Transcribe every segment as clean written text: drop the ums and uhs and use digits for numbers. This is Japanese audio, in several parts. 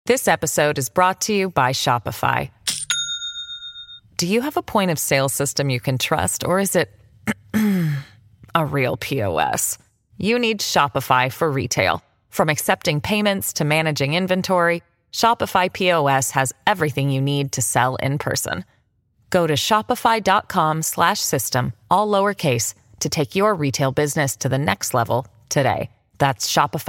This episode is brought to you by Shopify. Do you have a point of sale system you can trust, or is it a real POS? You need Shopify for retail. From accepting payments to managing inventory, Shopify POS has everything you need to sell in person. Go to shopify.com/system, all lowercase, to take your retail business to the next level today. That's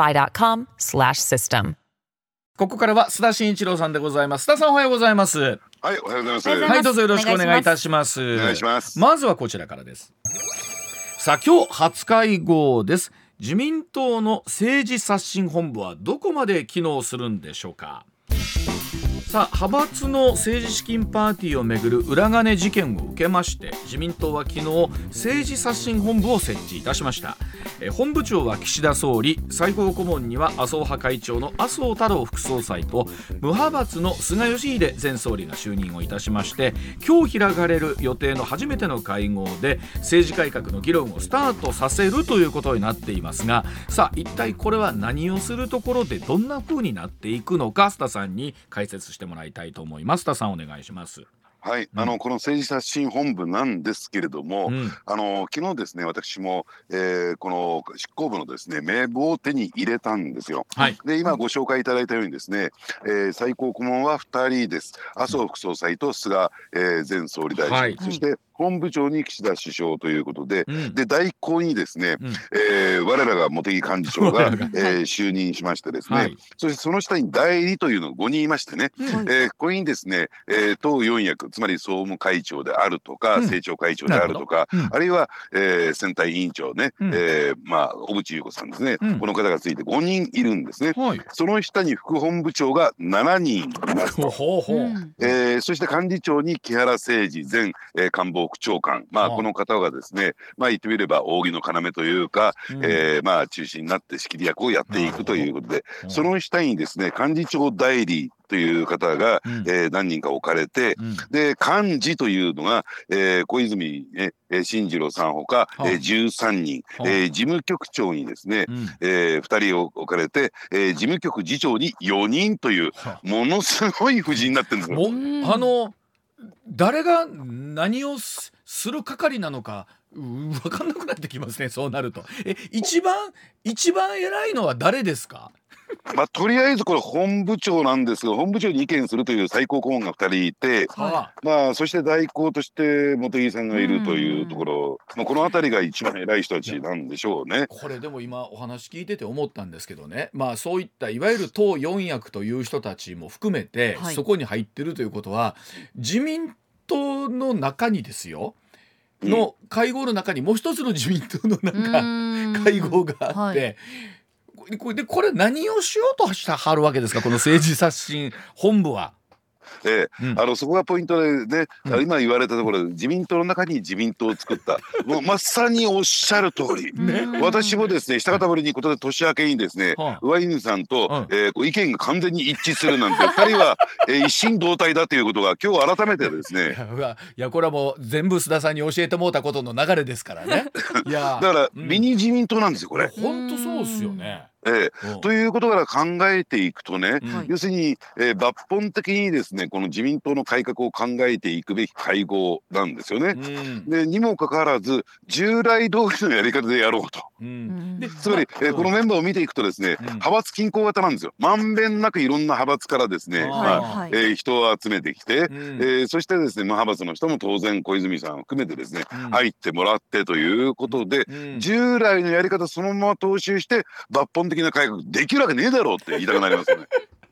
shopify.com/system. ここからは須田慎一郎さんでございます。須田さん、おはようございます。 はい、おはようございます。 はい、どうぞよろしくお願いいたします。 お願いします。 まずはこちらからです。さあ、今日初会合です。自民党の政治刷新本部はどこまで機能するんでしょうか。さあ、派閥の政治資金パーティーをめぐる裏金事件を受けまして、自民党は昨日政治刷新本部を設置いたしました。本部長は岸田総理、最高顧問には麻生派会長の麻生太郎副総裁と無派閥の菅義偉前総理が就任をいたしまして、今日開かれる予定の初めての会合で政治改革の議論をスタートさせるということになっていますが、さあ一体これは何をするところでどんな風になっていくのか、須田さんに解説してもらいたいと思います。須田さん、お願いします。 はい、この政治刷新本部なんですけれども、昨日ですね、私も、この執行部のですね名簿を手に入れたんですよ。はい、で今ご紹介いただいたようにですね、最高顧問は2人です。麻生副総裁と菅、前総理大臣、はい、そして本部長に岸田首相ということで、で代行にですね、我らが茂木幹事長が、就任しましてですね、はい、そしてその下に代理というのが5人いましてね、ここにですね、党四役、つまり総務会長であるとか、政調会長であるとか、あるいは、選対委員長ね、小渕優子さんですね、この方がついて5人いるんですね。その下に副本部長が7人いますと。そして幹事長に木原誠二前、官房副長官、この方がですね、言ってみれば扇の要というか、中心になって仕切り役をやっていくということで、その下にですね幹事長代理という方が、何人か置かれて、で幹事というのが、小泉、進次郎さんほか、13人、事務局長にですね、2人を置かれて、事務局次長に4人というものすごい布陣になってるんですよ。 誰が何をする係なのか分かんなくなってきますね、そうなると。一番偉いのは誰ですか？ とりあえずこれ本部長なんですが、本部長に意見するという最高顧問が2人いて、そして代行として茂木さんがいるというところ、この辺りが一番偉い人たちなんでしょうね。 これでも今お話聞いてて思ったんですけどね、そういったいわゆる党四役という人たちも含めて、そこに入ってるということは、自民党の中にですよの会合の中にもう一つの自民党の会合があって、これ何をしようとしてはるわけですか、この政治刷新本部は。 そこがポイントでね、今言われたところで自民党の中に自民党を作ったもうまさにおっしゃる通り、私もですね久方ぶりにことで年明けにですね、上泉さんと、意見が完全に一致するなんて2人は、一心同体だということが今日改めてですねいやこれはもう全部須田さんに教えてもうたことの流れですからね。 だからミニ自民党なんですよこれ。 本当そうですよね。 ということから考えていくとね、要するに、抜本的にですねこの自民党の改革を考えていくべき会合なんですよね。でにもかかわらず従来通りのやり方でやろうと。つまり、このメンバーを見ていくとですね、派閥均衡型なんですよ。まんべんなくいろんな派閥からですね、人を集めてきて、そしてですね無派閥の人も当然小泉さんを含めてですね、入ってもらってということで、従来のやり方そのまま踏襲して抜本的な改革できるわけねえだろうって言いたくなりますよね。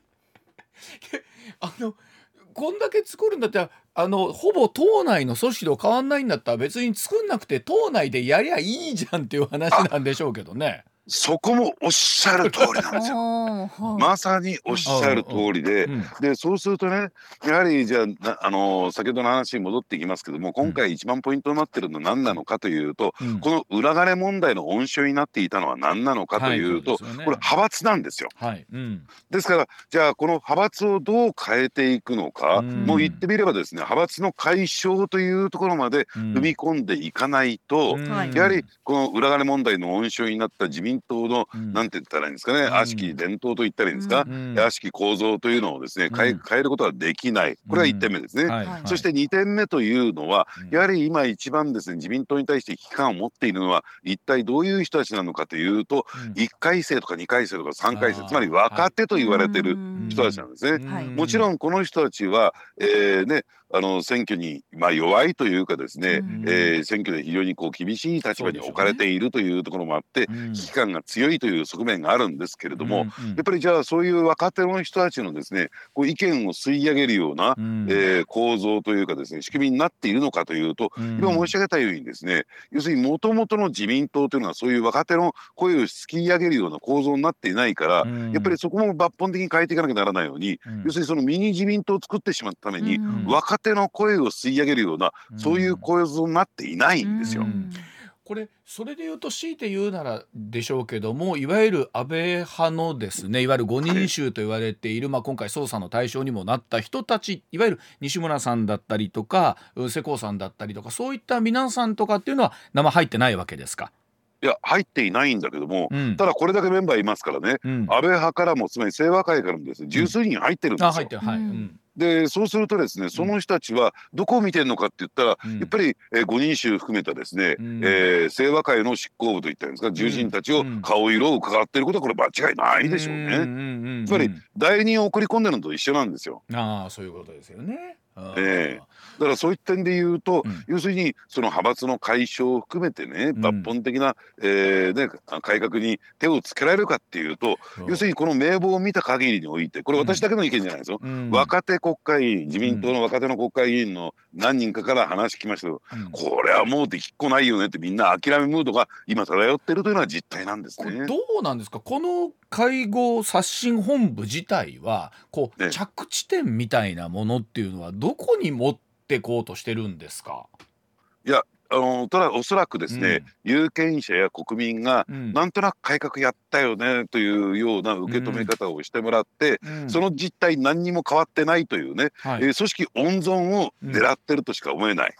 こんだけ作るんだったらほぼ党内の組織と変わんないんだったら別に作んなくて党内でやりゃいいじゃんっていう話なんでしょうけどね。 そこもおっしゃる通りなんですよ。まさにおっしゃる通りで、そうするとねやはりじゃあ、先ほどの話に戻ってきますけども、今回一番ポイントになってるのは何なのかというと、この裏金問題の温床になっていたのは何なのかというと、これ派閥なんですよ。ですからじゃあこの派閥をどう変えていくのか、もう言ってみればですね派閥の解消というところまで踏み込んでいかないと、やはりこの裏金問題の温床になった自民党の、なんて言ったらいいんですかね、悪しき伝統と言ったらいいんですか、悪しき構造というのをですね、変えることはできない。これは1点目ですね。そして2点目というのは、やはり今一番ですね、自民党に対して危機感を持っているのは一体どういう人たちなのかというと、1回生とか2回生とか3回生、つまり若手と言われている人たちなんですね。もちろんこの人たちは、選挙に弱いというかですね、選挙で非常に厳しい立場に置かれているというところもあって、危機感が強いという側面があるんですけれども、やっぱりじゃあそういう若手の人たちのですね、意見を吸い上げるような、構造というかですね、仕組みになっているのかというと、今申し上げたようにですね、要するにもともとの自民党というのはそういう若手の声を突き上げるような構造になっていないから、やっぱりそこも抜本的に変えていかなきゃならないように、要するにそのミニ自民党を作ってしまったために、若手の声を吸い上げるような、そういう構造になっていないんですよ。 これそれで言うと強いて言うならでしょうけども、いわゆる安倍派のですね、いわゆる5人衆と言われている、今回捜査の対象にもなった人たち、いわゆる西村さんだったりとか世耕さんだったりとか、そういった皆さんとかっていうのは名前入ってないわけですか？ いや入っていないんだけども、ただこれだけメンバーいますからね、安倍派からもつまり清和会からもですね、十数人入ってるんですよ。 入ってる、はい。 でそうするとですね、その人たちはどこを見てるのかって言ったら、やっぱり5人衆含めたですね、清和会の執行部といったんですか、重臣たちを顔色を伺っていることはこれ間違いないでしょうね。つまり代理人を送り込んでるのと一緒なんですよ。 そういうことですよね。 だからそういった点で言うと、要するにその派閥の解消を含めてね、抜本的な、改革に手をつけられるかっていうと、要するにこの名簿を見た限りにおいて、これ私だけの意見じゃないですよ、若手国会議員、自民党の若手の国会議員の何人かから話聞きましたけど、これはもうできっこないよねってみんな諦めムードが今漂ってるというのが実態なんですね。 どうなんですか、この会合刷新本部自体は着地点みたいなものっていうのはどこに持ってこうとしてるんですか？ いやただおそらくですね、有権者や国民がなんとなく改革やったよねというような受け止め方をしてもらって、その実態何にも変わってないというね、組織温存を狙ってるとしか思えない。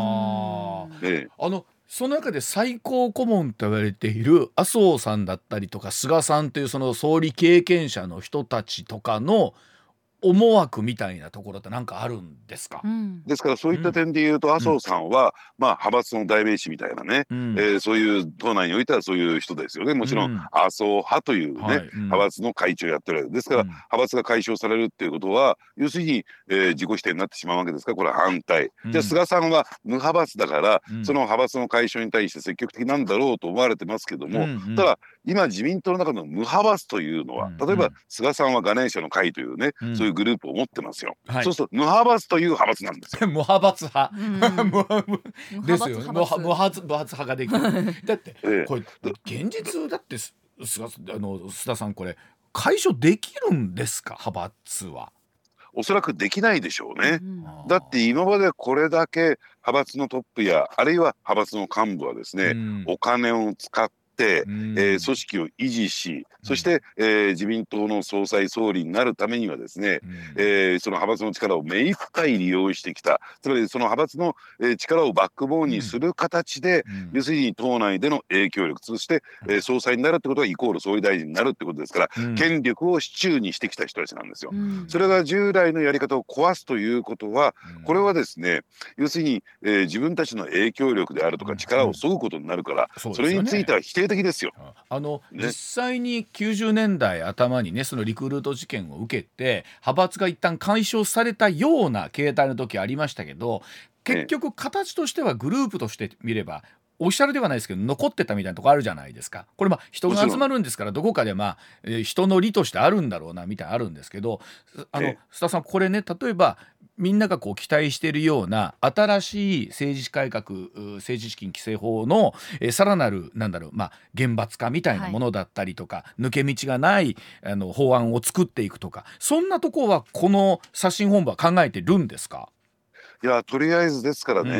その中で最高顧問と言われている麻生さんだったりとか菅さんというその総理経験者の人たちとかの思惑みたいなところって何かあるんですか？ ですからそういった点で言うと、麻生さんは、派閥の代名詞みたいなね、そういう党内においてはそういう人ですよね。もちろん麻生派というね、派閥の会長をやってるわけですから、派閥が解消されるっていうことは要するに、自己否定になってしまうわけですから、これは反対。じゃあ菅さんは無派閥だから、その派閥の解消に対して積極的なんだろうと思われてますけども、ただ今自民党の中の無派閥というのは、例えば菅さんはガネーシャの会というね、そういうグループを持ってますよ。そうすると無派閥という派閥なんですよ。 無派閥派ですよね。無派閥派ができる。だってこれ現実だって須田さん、これ解消できるんですか？派閥はおそらくできないでしょうね。だって今までこれだけ派閥のトップやあるいは派閥の幹部はですね、お金を使って組織を維持し、そして、自民党の総裁総理になるためにはですね、その派閥の力を目いっぱい利用してきた。つまりその派閥の、力をバックボーンにする形で、要するに党内での影響力、そして、総裁になるってことはイコール総理大臣になるってことですから、権力を手中にしてきた人たちなんですよ。それが従来のやり方を壊すということは、これはですね、要するに、自分たちの影響力であるとか力を削ぐことになるから、それについては否定的ですよ。 実際に90年代頭にね、そのリクルート事件を受けて派閥が一旦解消されたような形態の時ありましたけど、結局形としてはグループとして見ればオフィシャルではないですけど残ってたみたいなとこあるじゃないですか。これ人が集まるんですから、どこかで人の利としてあるんだろうなみたいなあるんですけど、須田さん、これね、例えばみんなが期待しているような新しい政治改革、政治資金規正法のさらなる厳罰化みたいなものだったりとか、抜け道がない法案を作っていくとか、そんなところはこの刷新本部は考えてるんですか？ いやとりあえずですからね、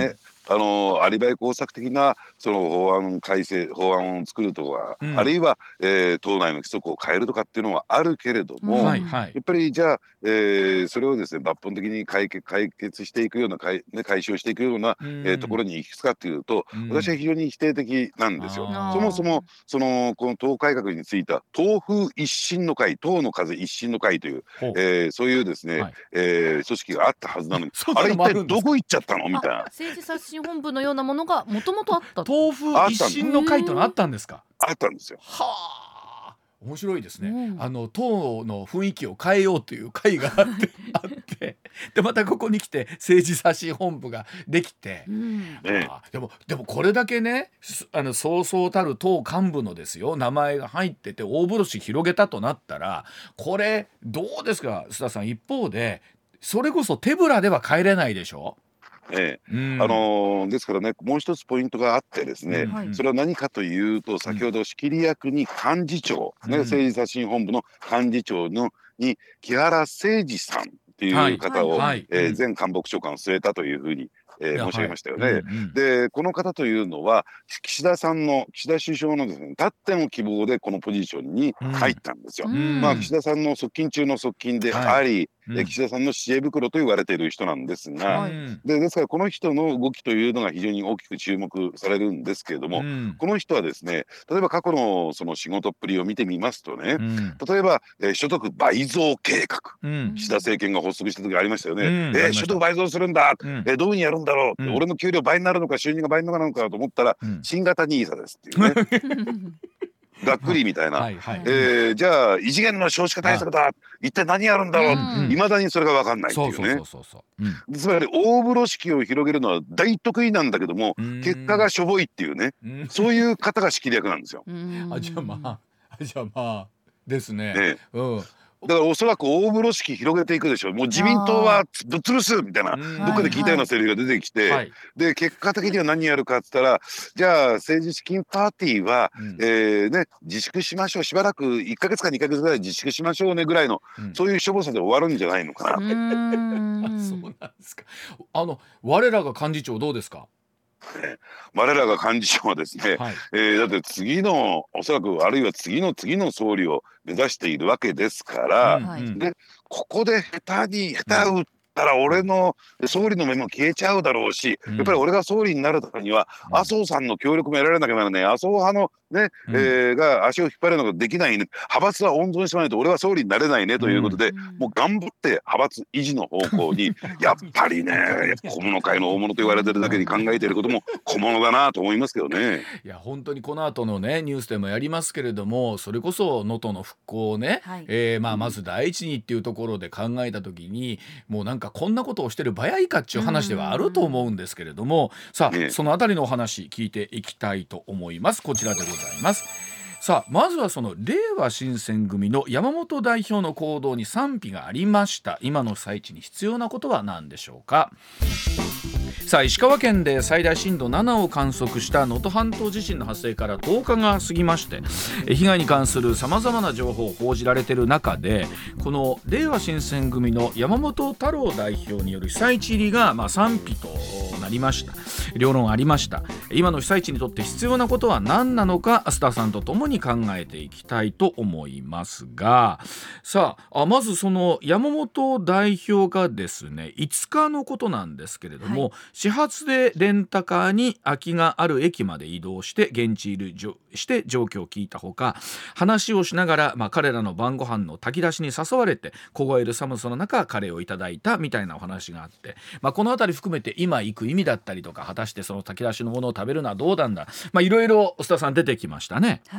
アリバイ工作的なその法案を作るとか、あるいは、党内の規則を変えるとかっていうのはあるけれども、やっぱりじゃあ、それをですね抜本的に解決していくような解消していくような、ところに行き着くかっていうと、私は非常に否定的なんですよ。そもそもこの党改革については党風一新の会、党の風一新の会という、そういうですね、組織があったはずなのに、あれ一体どこ行っちゃったのみたいな。 政治刷新本部のようなものがもともとあった。 党風一新の会というのがあったんですか？ あったんですよ。 はあ、面白いですね。党の雰囲気を変えようという会があってでまたここに来て政治刷新本部ができて、でもこれだけねそうそうたる党幹部のですよ名前が入ってて大風呂敷広げたとなったら、これどうですか須田さん。一方でそれこそ手ぶらでは帰れないでしょ。 ですからね、もう一つポイントがあってですね、それは何かというと、先ほど仕切り役に幹事長、政治刷新本部の幹事長に木原誠二さんっていう方を前官房長官を据えたというふうに申し上げましたよね。でこの方というのは岸田首相のですねたっての希望でこのポジションに入ったんですよ。岸田さんの側近中の側近であり、岸田さんの知恵袋と言われている人なんですが、ですからこの人の動きというのが非常に大きく注目されるんですけれども、この人はですね、例えば過去のその仕事っぷりを見てみますとね、例えば、所得倍増計画、岸田政権が発足した時ありましたよね。所得倍増するんだ、どういうふうにやるんだろう、俺の給料倍になるのか収入が倍になるのかと思ったら、新型ニーサですっていうねがっくりみたいな、じゃあ異次元の少子化対策だ、一体何やるんだろう、いまだにそれが分かんないっていうね。つまり大風呂敷を広げるのは大得意なんだけども、結果がしょぼいっていうね、そういう方が仕切り役なんですよ。 じゃあまあですね。 だからおそらく大風呂敷広げていくでしょう。もう自民党はぶっ潰すみたいなどっかで聞いたようなセリフが出てきて、で結果的には何やるかっつったら、じゃあ政治資金パーティーは自粛しましょう、しばらく1ヶ月か2ヶ月ぐらい自粛しましょうねぐらいの、そういうしょぼさで終わるんじゃないのかな。そうなんですか。我らが幹事長どうですか？ 我らが幹事長はですね、だって次のおそらくあるいは次の総理を目指しているわけですから、でここで下手打ったら俺の総理の目も消えちゃうだろうし、やっぱり俺が総理になるためには麻生さんの協力も得られなきゃならない、麻生派のね、が足を引っ張るのができないね、派閥は温存してないと俺は総理になれないねということで、もう頑張って派閥維持の方向にやっぱりね、小物界の大物と言われてるだけに考えていることも小物だなと思いますけどね。 いや本当にこの後のねニュースでもやりますけれども、それこそ能登の復興をね、まず第一にっていうところで考えた時に、もうなんかこんなことをしてる場合かっていう話ではあると思うんですけれども、さあ、そのあたりのお話聞いていきたいと思います。こちらでございます。さあまずはそのれいわ新選組の山本代表の行動に賛否がありました。今の被災地に必要なことは何でしょうか。さあ石川県で最大震度7を観測した能登半島地震の発生から10日が過ぎまして、被害に関するさまざまな情報を報じられている中で、このれいわ新選組の山本太郎代表による被災地入りが賛否となりました。両論ありました。今の被災地にとって必要なことは何なのか、須田さんとともに考えていきたいと思いますが、さあまずその山本代表がですね5日のことなんですけれども、始発でレンタカーに空きがある駅まで移動して現地入りして状況を聞いたほか、話をしながら、彼らの晩ご飯の炊き出しに誘われて凍える寒さの中カレーをいただいたみたいなお話があって、このあたり含めて今行く意味だったりとか、果たしてその炊き出しのものを食べるのはどうなんだ、いろいろ須田さん出てきましたね。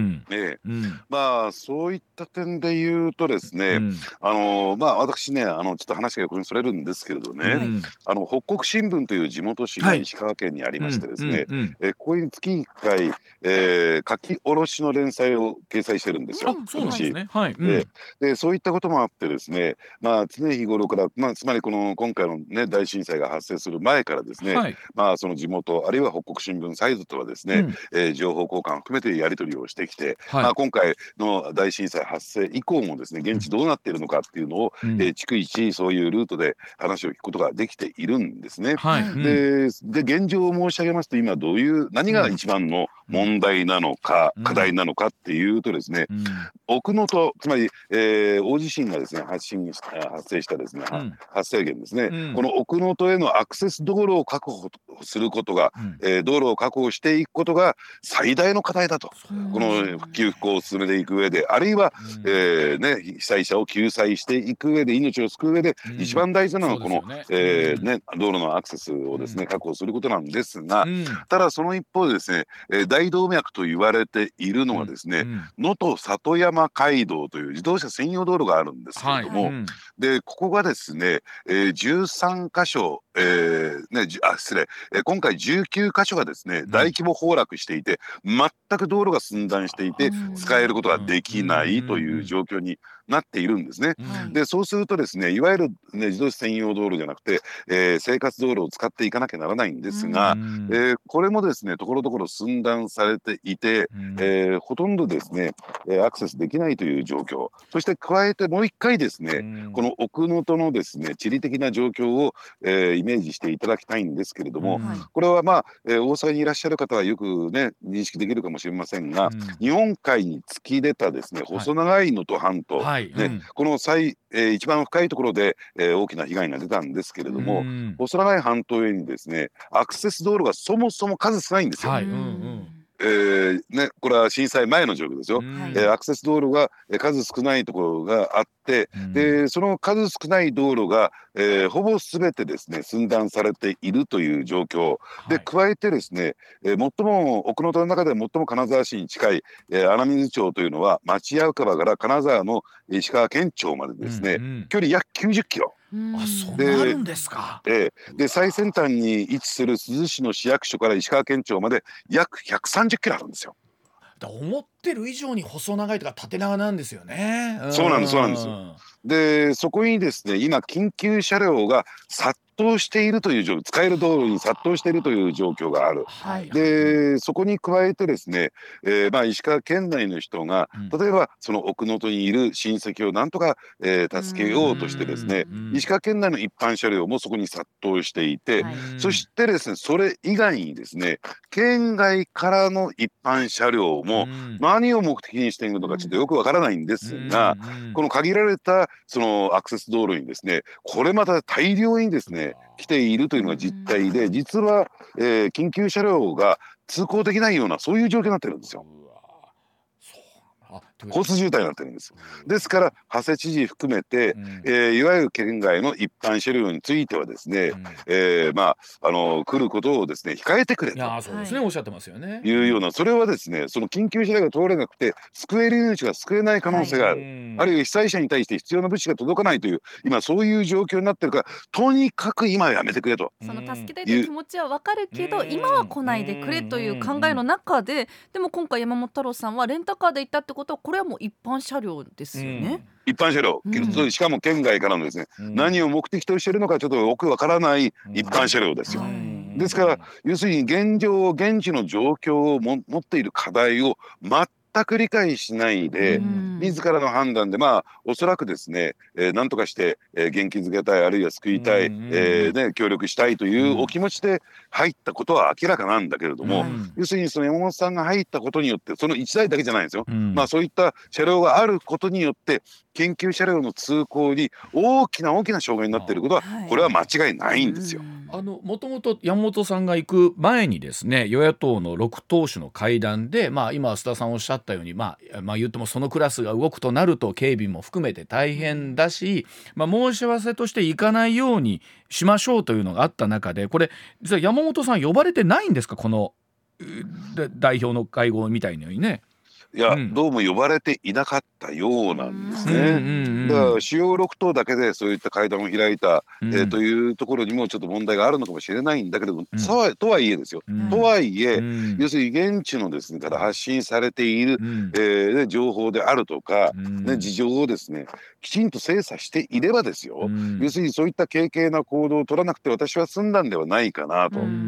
そういった点で言うとですね、私ねちょっと話が横にそれるんですけれどね、北国新聞という地元紙が石川県にありましてですね、ここに月1回、書き下ろしの連載を掲載してるんですよ。 そうなんですね。 でそういったこともあってですね、常日頃から、つまり今回の、大震災が発生する前からですね、その地元あるいは北国新聞サイズとはですね、情報交換を含めてやり取りをしてきて、今回の大震災発生以降もですね現地どうなっているのかっていうのを、逐一そういうルートで話を聞くことができているんですね。 はい、 で現状を申し上げますと、今どういう何が一番の問題なのか、課題なのかっていうとですね、奥能登、つまり、大地震がですね発生したですね、発生源ですね、この奥能登へのアクセス道路を確保することが、道路を確保していくことが最大の課題だと、この復旧復興を進めていく上で、あるいは、被災者を救済していく上で、命を救う上で一番大事なのはこの、道路のアクセスをですね確保することなんですが、ただその一方でですね、大動脈と言われているのはですね、能登里山街道という自動車専用道路があるんですけれども、でここがですね、13箇所、今回19箇所がですね大規模崩落していて、全く道路が寸断していて使えることができないという状況になっているんですね。でそうするとですね、いわゆる、自動車専用道路じゃなくて、生活道路を使っていかなきゃならないんですが、これもですねところどころ寸断されていて、ほとんどですねアクセスできないという状況、そして加えてもう一回ですね、この奥能登のですね地理的な状況を、イメージしていただきたいんですけれども、これはまあ、大阪にいらっしゃる方はよくね認識できるかもしれませんが、日本海に突き出たですね細長い能登半島、この一番深いところで、大きな被害が出たんですけれども、細長い半島へにですねアクセス道路がそもそも数少ないんですよ。これは震災前の状況ですよ。アクセス道路が数少ないところがあって、でその数少ない道路が、ほぼ全てですね寸断されているという状況で、加えてですね、最も奥能登の中で最も金沢市に近い、穴水町というのは町屋川から金沢の石川県庁までですね、距離約90キロ。 そんなあるんですか。 で最先端に位置する珠洲市の市役所から石川県庁まで約130キロあるんですよ。 思ってる以上に細長いとか縦長なんですよね。 そうなんですよ。でそこにですね今緊急車両が殺到しているという状況、使える道路に殺到しているという状況がある。でそこに加えてですね、石川県内の人が例えばその奥能登にいる親戚をなんとか、助けようとしてですね、石川県内の一般車両もそこに殺到していて、そしてですねそれ以外にですね県外からの一般車両も何を目的にしているのかちょっとよくわからないんですが、この限られたそのアクセス道路にですねこれまた大量にですね来ているというのが実態で、実は、緊急車両が通行できないようなそういう状況になってるんですよ。交通渋滞になってるんです。ですから長谷知事含めて、いわゆる県外の一般車両についてはですね、来ることをですね控えてくれと。 そうですね、おっしゃってますよね。 いうような、それはですねその緊急車両が通れなくて救える命が救えない可能性がある、あるいは被災者に対して必要な物資が届かないという今そういう状況になってるから、とにかく今はやめてくれと。 その助けたいという気持ちは分かるけど今は来ないでくれという考えの中で、でも今回山本太郎さんはレンタカーで行ったってことはこれはもう一般車両ですよね。 一般車両、しかも県外からのですね、何を目的としているのかちょっとよくわからない一般車両ですよ。ですから要するに現地の状況を持っている課題を全く理解しないで自らの判断でおそらくですね、何とかして、元気づけたい、あるいは救いたい、協力したいというお気持ちで入ったことは明らかなんだけれども、要するにその山本さんが入ったことによってその1台だけじゃないんですよ、そういった車両があることによって緊急車両の通行に大きな障害になっていることはこれは間違いないんですよ。 もともと山本さんが行く前にですね与野党の6党首の会談で、今須田さんおっしゃったように言ってもそのクラスが動くとなると警備も含めて大変だし、申し合わせとして行かないようにしましょうというのがあった中で、これ実は山本さん呼ばれてないんですか、この代表の会合みたいにね。 いや、どうも呼ばれていなかったようなんですね。だから主要6党だけでそういった会談を開いた、というところにもちょっっと問題があるのかもしれないんだけれども、とはいえですよ、とはいえ、要するに現地のですねから発信されている、情報であるとか、事情をですねきちんと精査していればですよ、要するにそういった軽々な行動を取らなくて私は済んだんではないかなと。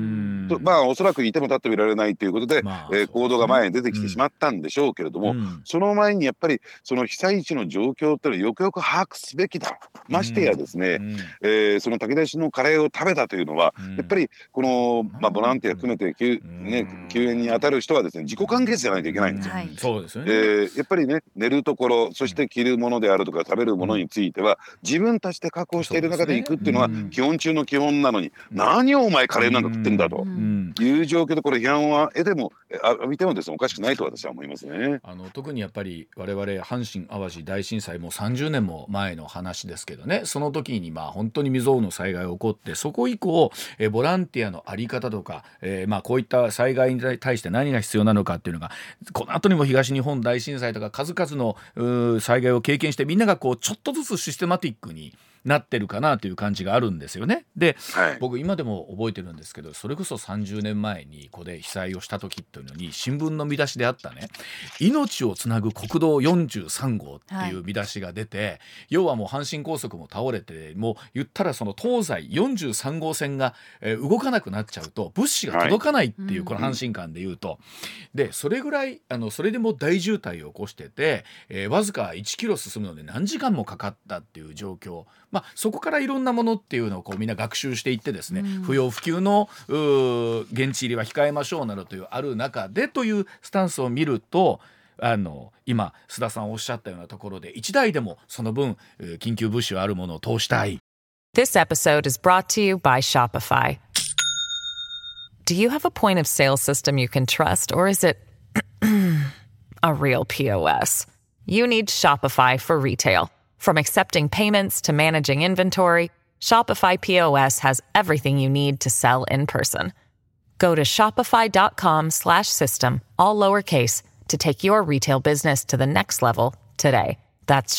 おそらくいても立ってもいられないということで、行動が前に出てきてしまったんでしょうけれども、その前にやっぱりその被災地の状況っていうのをよくよく把握すべきだ。ましてやですね、その炊き出しのカレーを食べたというのは、やっぱりこの、ボランティア含めて救援に当たる人はですね、自己完結じゃないといけないんですよ。 そうですよね。 やっぱりね、寝るところ、そして着るものであるとか食べるものについては、自分たちで確保している中で行くっていうのは基本中の基本なのに、何をお前カレーなんか食ってんだという状況で、これ批判は得ても浴びてもですね、おかしくないと私は思いますね。 特にやっぱり我々阪神・淡路大震災も30年も前の話ですけどね、その時に本当に未曾有の災害が起こって、そこ以降ボランティアの在り方とか、こういった災害に対して何が必要なのかっていうのが、この後にも東日本大震災とか数々の災害を経験して、みんながちょっとずつシステマティックになってるかなという感じがあるんですよね。で、僕今でも覚えてるんですけど、それこそ30年前にここで被災をした時っていうのに、新聞の見出しであったね、命をつなぐ国道43号っていう見出しが出て、要はもう阪神高速も倒れて、もう言ったらその東西43号線が動かなくなっちゃうと物資が届かないっていう、この阪神間で言うと、でそれぐらいそれでも大渋滞を起こしてて、わずか1キロ進むので何時間もかかったっていう状況、そこからいろんなものっていうのをみんな学習していってですね、不要不急の現地入りは控えましょうなどというある中でというスタンスを見ると、今須田さんおっしゃったようなところで、1台でもその分緊急物資はあるものを通したい。 This episode is brought to you by Shopify. Do you have a point of sale system you can trust, or is it a real POS? You need Shopify for retail.From accepting payments to managing inventory, Shopify POS has everything you need to sell in person. Go to shopify.com/system, all lowercase, to take your retail business to the next level today. That's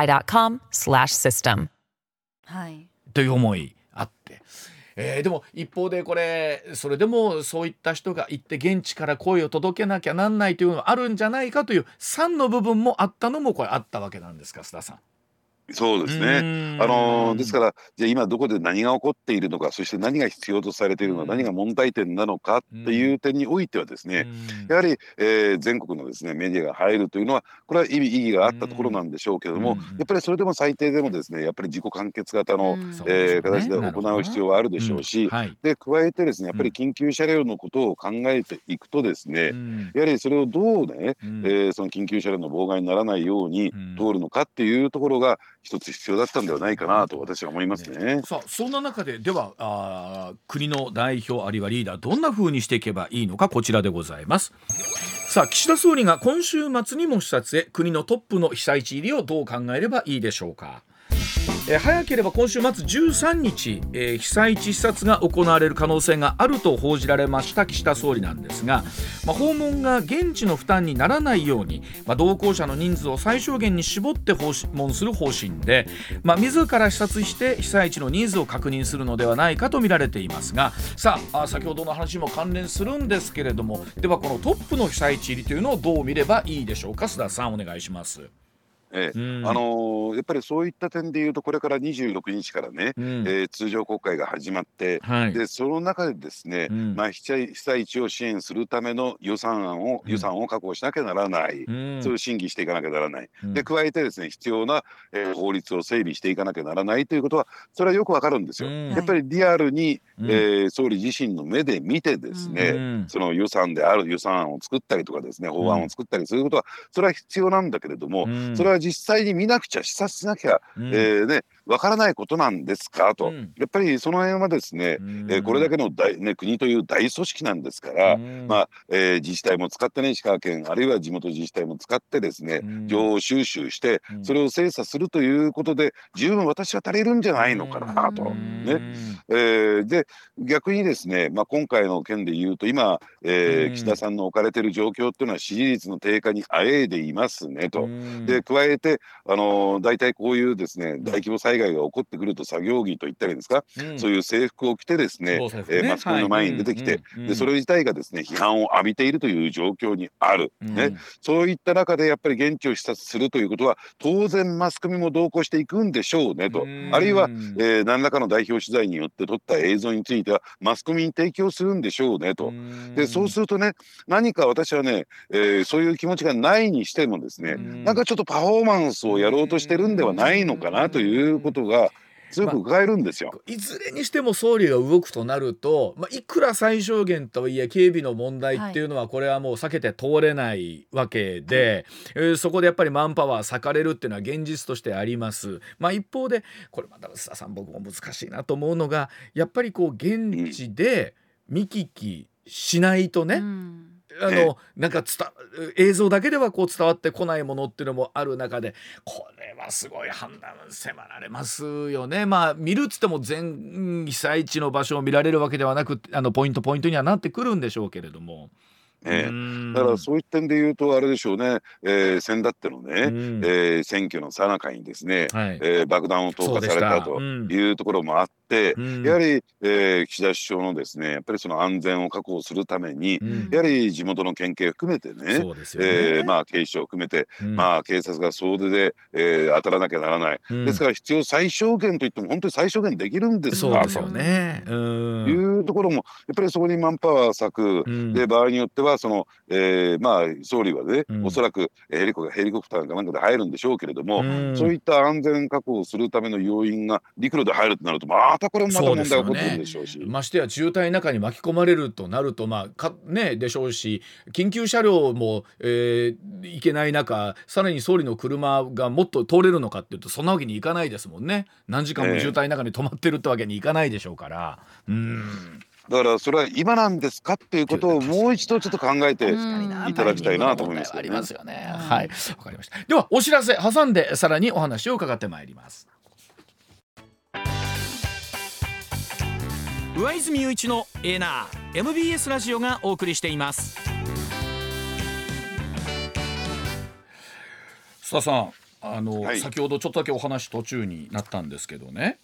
shopify.com/system. という思いあって。でも一方でそれでもそういった人が行って現地から声を届けなきゃなんないというのはあるんじゃないかという賛の部分もあったのもあったわけなんですか、須田さん。 そうですね。ですから、じゃあ今どこで何が起こっているのか、そして何が必要とされているのか、何が問題点なのかっていう点においてはですね、やはり、全国のですねメディアが入るというのは、これは意義があったところなんでしょうけれども、やっぱりそれでも最低でもですね、やっぱり自己完結型の、形で行う必要はあるでしょうし、で加えてですね、やっぱり緊急車両のことを考えていくとですね、やはりそれをどうね、その緊急車両の妨害にならないように通るのかっていうところが一つ必要だったんではないかなと私は思いますね。 さあ、そんな中では国の代表あるいはリーダー、どんな風にしていけばいいのか、こちらでございます。さあ、岸田総理が今週末にも視察へ、国のトップの被災地入りをどう考えればいいでしょうか。早ければ今週末13日、被災地視察が行われる可能性があると報じられました岸田総理なんですが、訪問が現地の負担にならないように、同行者の人数を最小限に絞って訪問する方針で、自ら視察して被災地のニーズを確認するのではないかと見られていますが、さあ、先ほどの話にも関連するんですけれども、ではこのトップの被災地入りというのをどう見ればいいでしょうか。須田さん、お願いします。 やっぱりそういった点でいうと、これから26日からね、通常国会が始まって、でその中でですね、被災地を支援するための予算を確保しなきゃならない、それを審議していかなきゃならない、で加えてですね、必要な、法律を整備していかなきゃならないということは、それはよくわかるんですよ。やっぱりリアルに、総理自身の目で見てですね、その予算案を作ったりとかですね、法案を作ったりすることは、それは必要なんだけれども、それは実際に見なくちゃ、視察しなきゃわからないことなんですかと、やっぱりその辺はですね、これだけの国という大組織なんですから、自治体も使ってね、石川県あるいは地元自治体も使ってですね、情報収集してそれを精査するということで十分私は足りるんじゃないのかなとで逆にですね、今回の件で言うと、今、岸田さんの置かれている状況っていうのは支持率の低下にあえいでいますねと。で加えて大体こういうですね、大規模災害が起こってくると作業着といったらいいんですか、そういう制服を着てですね、マスコミの前に出てきて、でそれ自体がですね、批判を浴びているという状況にある、そういった中でやっぱり現地を視察するということは、当然マスコミも同行していくんでしょうねと、あるいは、何らかの代表取材によって撮った映像についてはマスコミに提供するんでしょうねと。でそうするとね、何か私はね、そういう気持ちがないにしてもですね、なんかちょっとパフォーマンスをやろうとしてるんではないのかなということが強く伺えるんですよ。 いずれにしても総理が動くとなると、いくら最小限とはいえ警備の問題っていうのはこれはもう避けて通れないわけで、そこでやっぱりマンパワー割かれるっていうのは現実としてあります。一方でこれまた須田さん僕も難しいなと思うのが、やっぱりこう現地で見聞きしないとね、なんか映像だけではこう伝わってこないものっていうのもある中で、これはすごい判断迫られますよね。見るっつっても全被災地の場所を見られるわけではなく、ポイントにはなってくるんでしょうけれども、 だからそういう点で言うとあれでしょうね、先だってのね、選挙の最中にですね、爆弾を投下されたというところもあって、やはり、岸田首相のですね、やっぱりその安全を確保するために、やはり地元の県警含めてね、警視庁含めて、警察が総出で、当たらなきゃならない、ですから必要最小限といっても本当に最小限できるんですかというところもやっぱりそこにマンパワー割く、で場合によってはその、総理はね、おそらくヘリコプターかなんかで入るんでしょうけれども、そういった安全確保するための要員が陸路で入るとなるとまたこれもまた問題が起こってるでしょうし、 ましてや渋滞の中に巻き込まれるとなるとでしょうし、緊急車両も、行けない中、さらに総理の車がもっと通れるのかっていうとそんなわけにいかないですもんね。何時間も渋滞の中に止まってるってわけにいかないでしょうから、 だからそれは今なんですかっていうことをもう一度ちょっと考えていただきたいなと思いますよね。 ありますよね。はい、わかりました。ではお知らせ挟んでさらにお話を伺ってまいります。 上泉雄一のエナー MBS ラジオがお送りしています。 須田さん、先ほどちょっとだけお話途中になったんですけどね、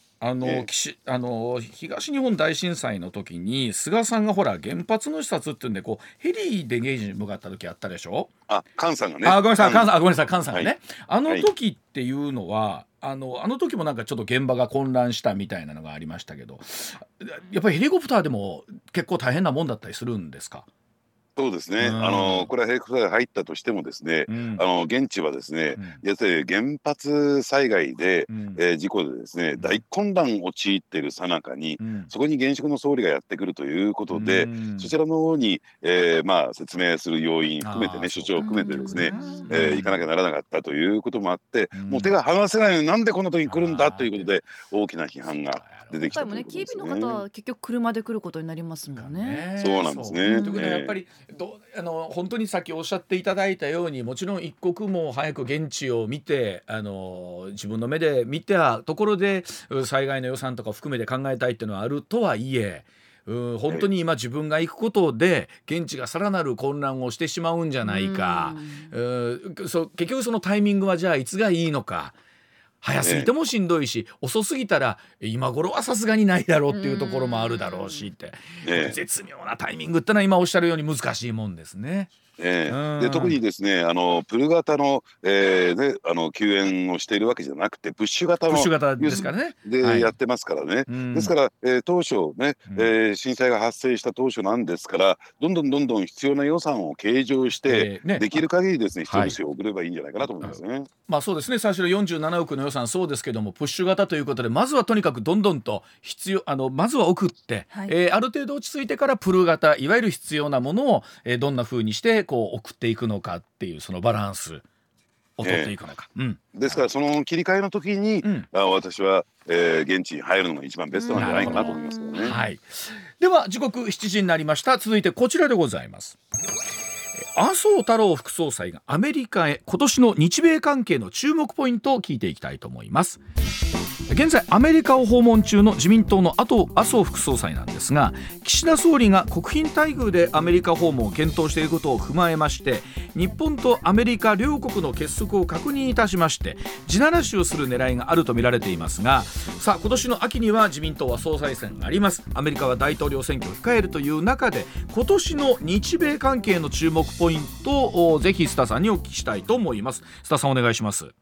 東日本大震災の時に菅さんがほら原発の視察っていうんでこうヘリで現地に向かった時あったでしょ。 菅さんがね。 ごめんなさい菅さんがね、あの時っていうのはあの時もなんかちょっと現場が混乱したみたいなのがありましたけど、やっぱりヘリコプターでも結構大変なもんだったりするんですか。 そうですね、これはヘリコプターが入ったとしてもですね、現地はですね、やはり原発災害で、事故でですね大混乱を陥っている最中に、そこに現職の総理がやってくるということで、そちらの方に、説明する要員含めてね、所長を含めてですね、行かなきゃならなかったということもあって、もう手が離せないのになんでこんな時に来るんだということで大きな批判が出てきたということですね。 警備の方は結局車で来ることになりますもんね。 そうなんですね。 ということでやっぱり本当にさっきおっしゃっていただいたように、もちろん一刻も早く現地を見て自分の目で見たところで災害の予算とか含めて考えたいっていうのはあるとはいえ、本当に今自分が行くことで現地がさらなる混乱をしてしまうんじゃないか、結局そのタイミングはじゃあいつがいいのか、早すぎてもしんどいし、遅すぎたら今頃はさすがにないだろうっていうところもあるだろうしって、絶妙なタイミングってのは今おっしゃるように難しいもんですね。 で特にですねプル型の、救援をしているわけじゃなくてプッシュ型ですからねでやってますからね、ですから、当初ね、震災が発生した当初なんですから、どんどん必要な予算を計上して、できる限りですね必要物資を送ればいいんじゃないかなと思いますね。 そうですね、最初の47億の予算そうですけども、プッシュ型ということでまずはとにかくどんどんとまずは送って、ある程度落ち着いてからプル型、いわゆる必要なものを、どんな風にしてこう送っていくのかっていうそのバランスを取っていくのか、 ですからその切り替えの時に、私は、現地に入るのが一番ベストなんじゃないかなと思いますけどね。 では時刻7時になりました。続いてこちらでございます。麻生太郎副総裁がアメリカへ、今年の日米関係の注目ポイントを聞いていきたいと思います。現在アメリカを訪問中の自民党の麻生副総裁なんですが、岸田総理が国賓待遇でアメリカ訪問を検討していることを踏まえまして、日本とアメリカ両国の結束を確認いたしまして地ならしをする狙いがあると見られていますが、さあ今年の秋には自民党は総裁選があります。アメリカは大統領選挙を控えるという中で、今年の日米関係の注目ポイントをぜひ須田さんにお聞きしたいと思います。須田さんお願いします。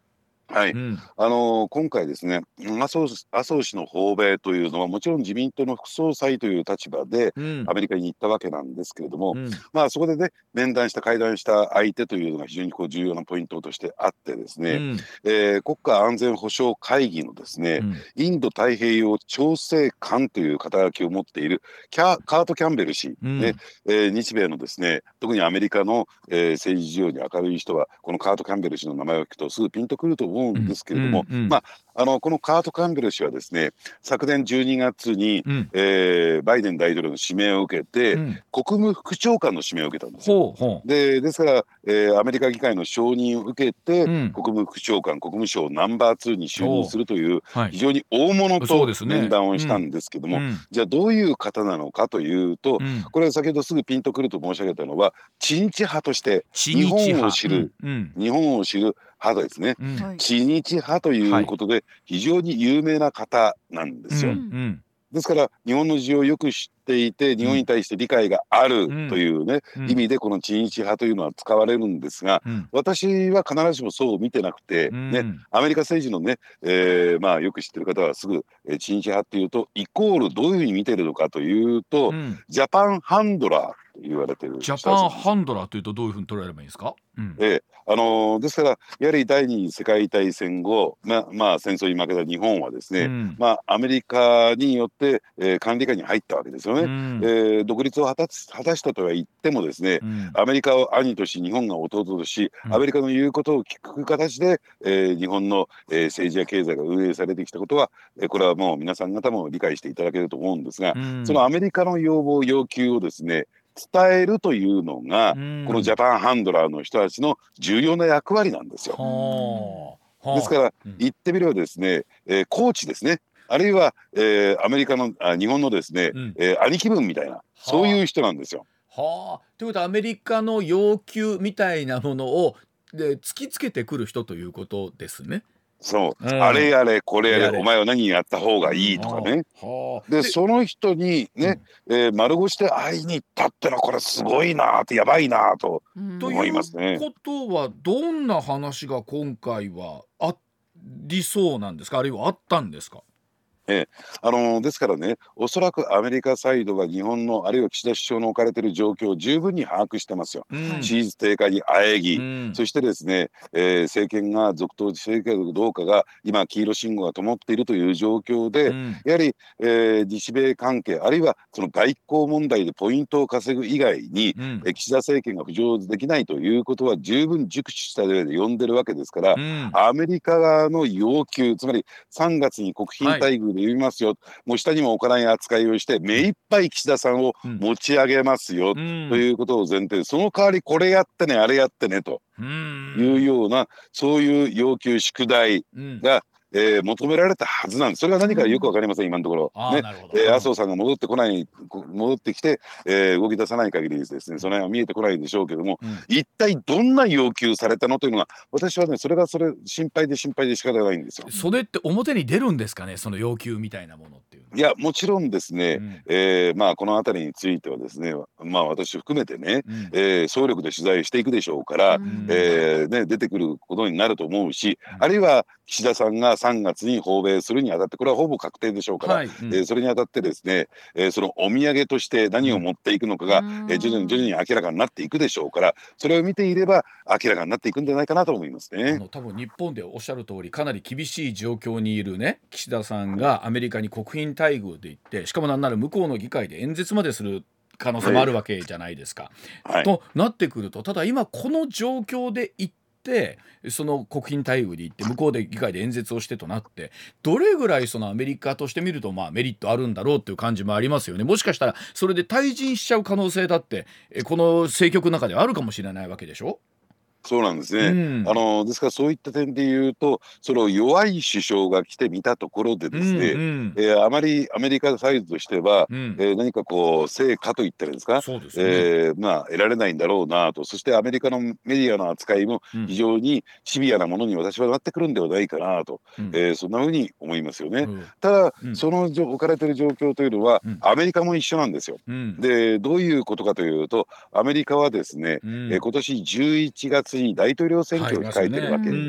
はい、今回ですね、麻生氏の訪米というのはもちろん自民党の副総裁という立場でアメリカに行ったわけなんですけれども、まあそこでね会談した相手というのが非常に重要なポイントとしてあってですね、国家安全保障会議のですね、インド太平洋調整官という肩書きを持っているカート・キャンベル氏、日米のですね特にアメリカの、政治事情に明るい人はこのカート・キャンベル氏の名前を聞くとすぐピンとくると思うんですけれども、このカート・キャンベル氏はですね昨年12月に、バイデン大統領の指名を受けて、国務副長官の指名を受けたんですよ。ですから、アメリカ議会の承認を受けて、国務副長官国務省ナンバー2に就任するという非常に大物と面談をしたんですけども、じゃあどういう方なのかというと、これは先ほどすぐピンとくると申し上げたのは知日派として日本を知る派ですね、知日派ということで非常に有名な方なんですよ。ですから日本の事情をよく知っていて日本に対して理解があるというね、意味でこの知日派というのは使われるんですが、私は必ずしもそう見てなくて、アメリカ政治のね、よく知ってる方はすぐ知日派っていうとイコールどういうふうに見てるのかというと、ジャパンハンドラーと言われてる。 ジャパンハンドラーというとどういうふうに捉えればいいんですか？ ですからやはり第二次世界大戦後、戦争に負けた日本はですね、アメリカによって、管理下に入ったわけですよね。独立を果たしたとは言ってもですね、アメリカを兄とし日本が弟とし、アメリカの言うことを聞く形で、日本の、政治や経済が運営されてきたことは、これはもう皆さん方も理解していただけると思うんですが、そのアメリカの要望要求をですね伝えるというのが、このジャパンハンドラーの人たちの重要な役割なんですよ。ですから言ってみればですね、コーチですね、あるいは、アメリカの日本のですね、兄貴分みたいなそういう人なんですよ。 ということはアメリカの要求みたいなものを突きつけてくる人ということですね。 そう、あれやれこれやれお前は何やった方がいいとかね。でその人にね、丸腰で会いに行ったってのはこれすごいなってやばいなと思いますね。 ということはどんな話が今回はありそうなんですか、あるいはあったんですか？ ですからね、おそらくアメリカサイドが日本のあるいは岸田首相の置かれている状況を十分に把握してますよ。支持率低下にあえぎ、そしてですね、政権が続投しているかどうかが今黄色信号が灯っているという状況で、やはり、日米関係あるいはその外交問題でポイントを稼ぐ以外に、岸田政権が浮上できないということは十分熟知した上で読んでるわけですから、アメリカ側の要求、つまり3月に国賓待遇で言いますよ、もう下にも置かない扱いをして目いっぱい岸田さんを持ち上げますよ、ということを前提で、その代わりこれやってねあれやってねというようなそういう要求宿題が求められたはずなんです。それが何かよく分かりません今のところね。麻生さんが戻ってきて、動き出さない限りですねその辺は見えてこないでしょうけども、一体どんな要求されたのというのが私はねそれ心配で仕方がないんですよ。 それって表に出るんですかね、その要求みたいなものっていう。 いやもちろんですね、この辺りについてはですね私含めてね、総力で取材していくでしょうから、出てくることになると思うし、あるいは岸田さんが3月に訪米するにあたって、これはほぼ確定でしょうから、それにあたってですね、そのお土産として何を持っていくのかが、徐々に明らかになっていくでしょうから、それを見ていれば明らかになっていくんじゃないかなと思いますね。 多分日本でおっしゃる通りかなり厳しい状況にいるね岸田さんがアメリカに国賓待遇で行って、しかもなんなら向こうの議会で演説までする可能性もあるわけじゃないですか。となってくると、ただ今この状況で行ってその国賓待遇で行って向こうで議会で演説をしてとなって、どれぐらいそのアメリカとして見るとメリットあるんだろうっていう感じもありますよね。もしかしたらそれで退陣しちゃう可能性だってこの政局の中ではあるかもしれないわけでしょ。 そうなんですね、ですからそういった点で言うと、その弱い首相が来てみたところでですね、あまりアメリカサイズとしては、何か成果といったらですか、得られないんだろうなと。そしてアメリカのメディアの扱いも非常にシビアなものに私はなってくるんではないかなと、そんなふうに思いますよね。ただ、その置かれている状況というのは、アメリカも一緒なんですよ。でどういうことかというと、アメリカはですね、今年11月に大統領選挙を控えてるわけ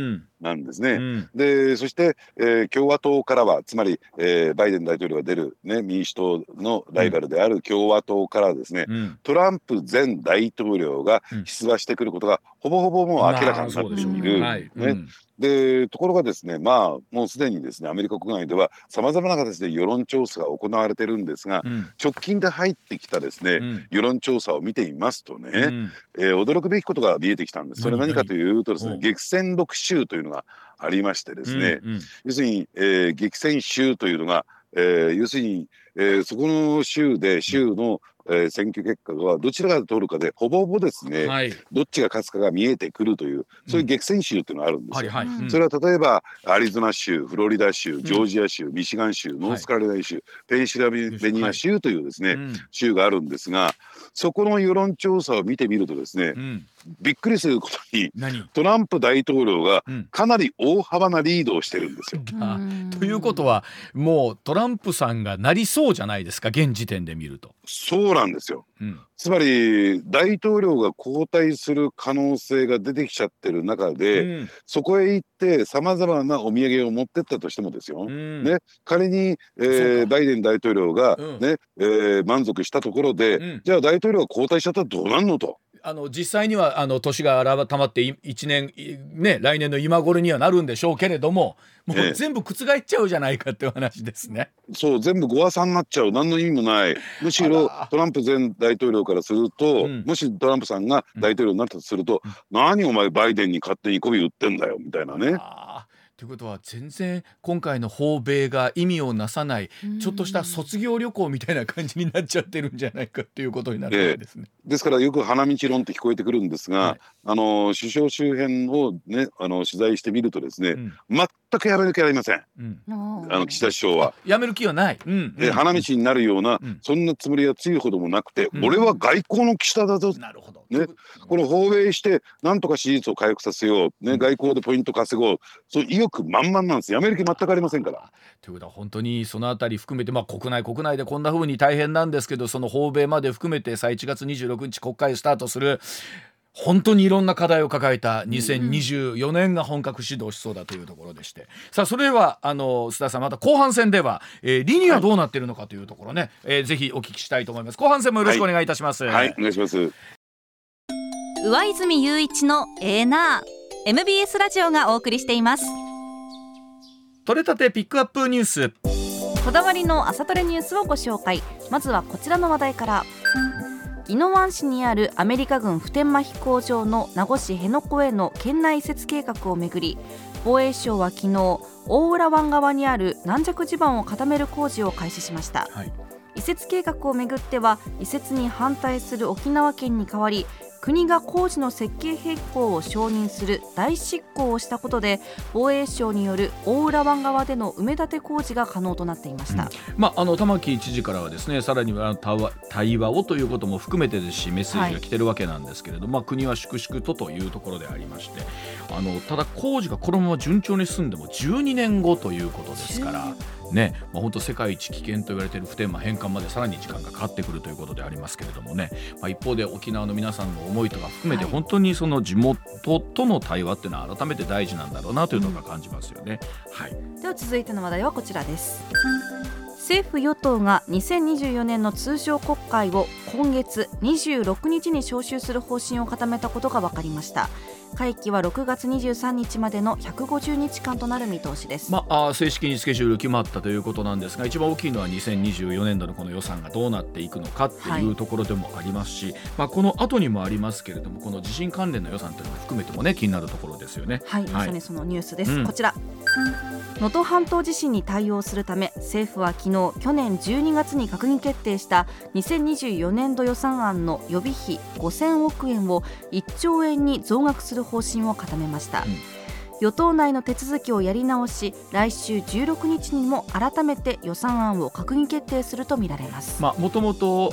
なんですね。でそして、共和党からはつまり、バイデン大統領が出る、ね、民主党のライバルである共和党からはですね、トランプ前大統領が出馬してくることがほぼほぼもう明らかになっている。でところがですね、もうすでにですねアメリカ国内ではさまざまな形で世論調査が行われてるんですが、直近で入ってきたですね、世論調査を見てみますとね、驚くべきことが見えてきたんです。それは何かというとですね、激戦6州というのがありましてですね、要するに、激戦州というのが、要するに、そこの州の選挙結果がどちらが取るかでほぼほぼですね、どっちが勝つかが見えてくるという、そういう激戦州っていうのがあるんですよ。それは例えばアリゾナ州、フロリダ州、ジョージア州、ミシガン州、ノースカロライナ州、ペンシルベニア州というですね、州があるんですが、そこの世論調査を見てみるとですね、びっくりすることにトランプ大統領がかなり大幅なリードをしてるんですよ。 ということはもうトランプさんがなりそうじゃないですか、現時点で見ると。 そうなんですよ。つまり大統領が交代する可能性が出てきちゃってる中で、そこへ行ってさまざまなお土産を持ってったとしてもですよ、ね、仮に、バイデン大統領が、ね満足したところで、じゃあ大統領が交代しちゃったらどうなんのと。 実際には年が改まって1年、ね、来年の今頃にはなるんでしょうけれども、もう全部覆っちゃうじゃないかっていう話ですね。 そう、全部ご破算になっちゃう。何の意味もない。むしろトランプ前大統領からすると、もしトランプさんが大統領になったとすると、何お前バイデンに勝手に媚び売ってんだよみたいなね。 ということは全然今回の訪米が意味をなさない、ちょっとした卒業旅行みたいな感じになっちゃってるんじゃないかっていうことになるわけですね。 ですからよく花道論って聞こえてくるんですが、首相周辺を、ね、取材してみるとですね、全くやめる気ありません。岸田首相はやめる気はない。 花道になるような、そんなつもりはついほどもなくて、俺は外交の岸田だぞ。なるほど、ね、この訪米してなんとか支持率を回復させよう、ね、外交でポイント稼ごう、そう意欲満々なんです。やめる気全くありませんから。 ということは本当にそのあたり含めて、国内でこんな風に大変なんですけど、その訪米まで含めて1月26日国会スタートする、本当にいろんな課題を抱えた2024年が本格始動しそうだというところでして、さあそれでは須田さん、また後半戦では、リニアどうなっているのかというところね、ぜひお聞きしたいと思います。後半戦もよろしくお願いいたします。 お願いします。 上泉雄一のな MBS ラジオがお送りしています。 取れたてピックアップニュース、 こだわりの朝トレニュースをご紹介。まずはこちらの話題から。宜野湾市にあるアメリカ軍普天間飛行場の名護市辺野古への県内移設計画をめぐり、防衛省は昨日大浦湾側にある軟弱地盤を固める工事を開始しました。移設計画をめぐっては、移設に反対する沖縄県に代わり国が工事の設計変更を承認する代執行をしたことで、防衛省による大浦湾側での埋め立て工事が可能となっていました。 玉城知事からはですね、さらには対話をということも含めてですし、メッセージが来てるわけなんですけれども、国は粛々というところでありまして、ただ工事がこのまま順調に進んでも12年後ということですからね、本当世界一危険と言われている普天間返還までさらに時間がかかってくるということでありますけれどもね、一方で沖縄の皆さんの思いとか含めて、本当にその地元との対話っていうのは改めて大事なんだろうなというのが感じますよね。 では続いての話題はこちらです。政府与党が2024年の通常国会を今月26日に召集する方針を固めたことが分かりました。会期は6月23日までの150日間となる見通しです。 正式にスケジュール決まったということなんですが、一番大きいのは2024年度のこの予算がどうなっていくのかっていうところでもありますし、この後にもありますけれども、この地震関連の予算というのも含めてもね、気になるところですよね。 まさにそのニュースです。こちら、能登半島地震に対応するため、政府は昨日去年12月に閣議決定した2024年度予算案の予備費5000億円を1兆円に増額する方針を固めました。与党内の手続きをやり直し、来週16日にも改めて予算案を閣議決定するとみられます。 もともと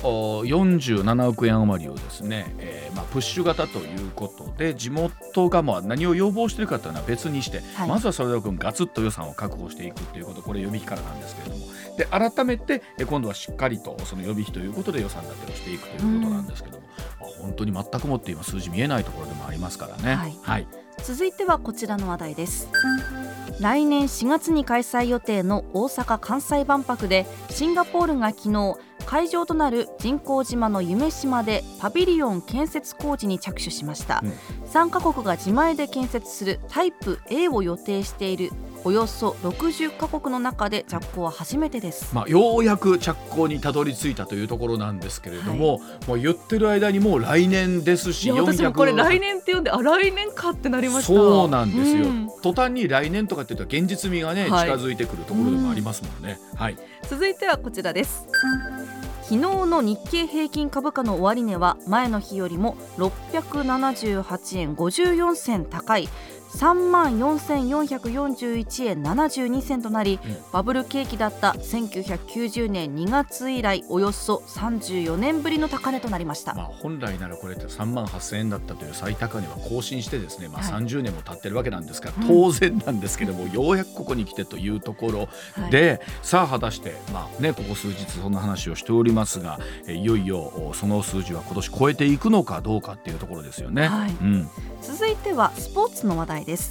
47億円余りをですね、プッシュ型ということで、地元が何を要望しているかというのは別にして、まずはそれだけガツッと予算を確保していくということ、これ予備費からなんですけれども、で改めて今度はしっかりとその予備費ということで予算立てをしていくということなんですけども、本当に全くもって今数字見えないところでもありますからね。 続いてはこちらの話題です。来年4月に開催予定の大阪・関西万博でシンガポールが昨日会場となる人工島の夢洲でパビリオン建設工事に着手しました、3カ国が自前で建設するタイプ A を予定しているおよそ60カ国の中で着工は初めてです、 ようやく着工にたどり着いたというところなんですけれども、もう言ってる間にもう来年ですし、 私もこれ来年って呼んで来年かってなりました。 そうなんですよ、途端に来年とかって言うと現実味がね、近づいてくるところでもありますもんね。 続いてはこちらです。昨日の日経平均株価の終値は前の日よりも678円54銭高い34,441円72銭となり、バブル景気だった1990年2月以来およそ34年ぶりの高値となりました。 本来ならこれって38,000円だったという最高値は更新してですね、30年も経ってるわけなんですが、当然なんですけども、ようやくここに来てというところで、さあ果たして、ここ数日そんな話をしておりますが、いよいよその数字は今年超えていくのかどうかっていうところですよね。 続いてはスポーツの話題です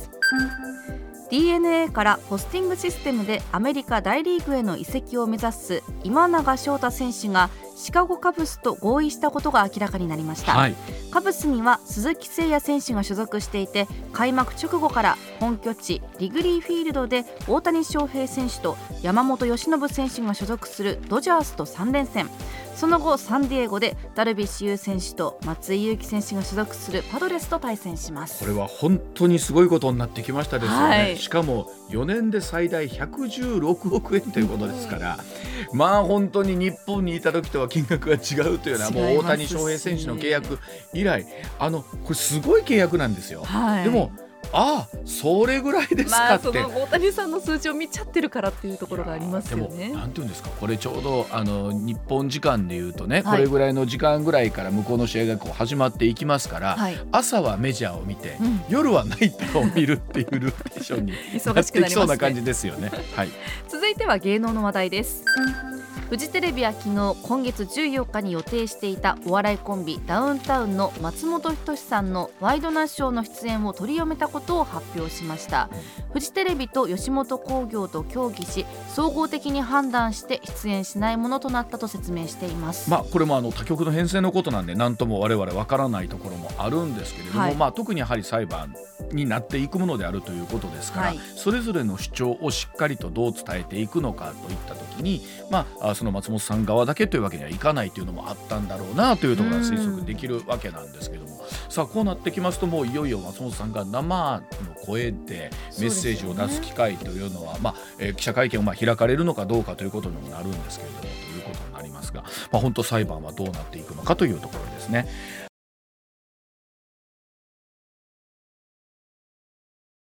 。DNA からポスティングシステムでアメリカ大リーグへの移籍を目指す今永昇太選手がシカゴカブスと合意したことが明らかになりました、カブスには鈴木誠也選手が所属していて、開幕直後から本拠地リグリーフィールドで大谷翔平選手と山本由伸選手が所属するドジャースと3連戦、その後サンディエゴでダルビッシュ有選手と松井裕樹選手が所属するパドレスと対戦します。 これは本当にすごいことになってきましたですよね、しかも4年で最大116億円ということですから、本当に日本にいた時とは金額が違うというのは、もう大谷翔平選手の契約以来これすごい契約なんですよ、でもそれぐらいですかって、 その大谷さんの数字を見ちゃってるからっていうところがありますよね。 でもなんていうんですか、これちょうど日本時間でいうとね、これぐらいの時間ぐらいから向こうの試合が始まっていきますから、朝はメジャーを見て、夜はナイターを見るっていうルーテーションになってきそうな感じですよね。 続いては芸能の話題です。フジテレビは昨日今月14日に予定していたお笑いコンビダウンタウンの松本人志さんのワイドナショーの出演を取りやめたことを発表しました。フジテレビと吉本興業と協議し、総合的に判断して出演しないものとなったと説明しています。 これも他局の編成のことなんで何とも我々わからないところもあるんですけれども、特にやはり裁判になっていくものであるということですから、それぞれの主張をしっかりとどう伝えていくのかといった時に、その松本さん側だけというわけにはいかないというのもあったんだろうなというところが推測できるわけなんですけども、さあこうなってきますと、もういよいよ松本さんが生の声でメッセージを出す機会というのは、記者会見を開かれるのかどうかということにもなるんですけれども、ということになりますが、本当裁判はどうなっていくのかというところですね。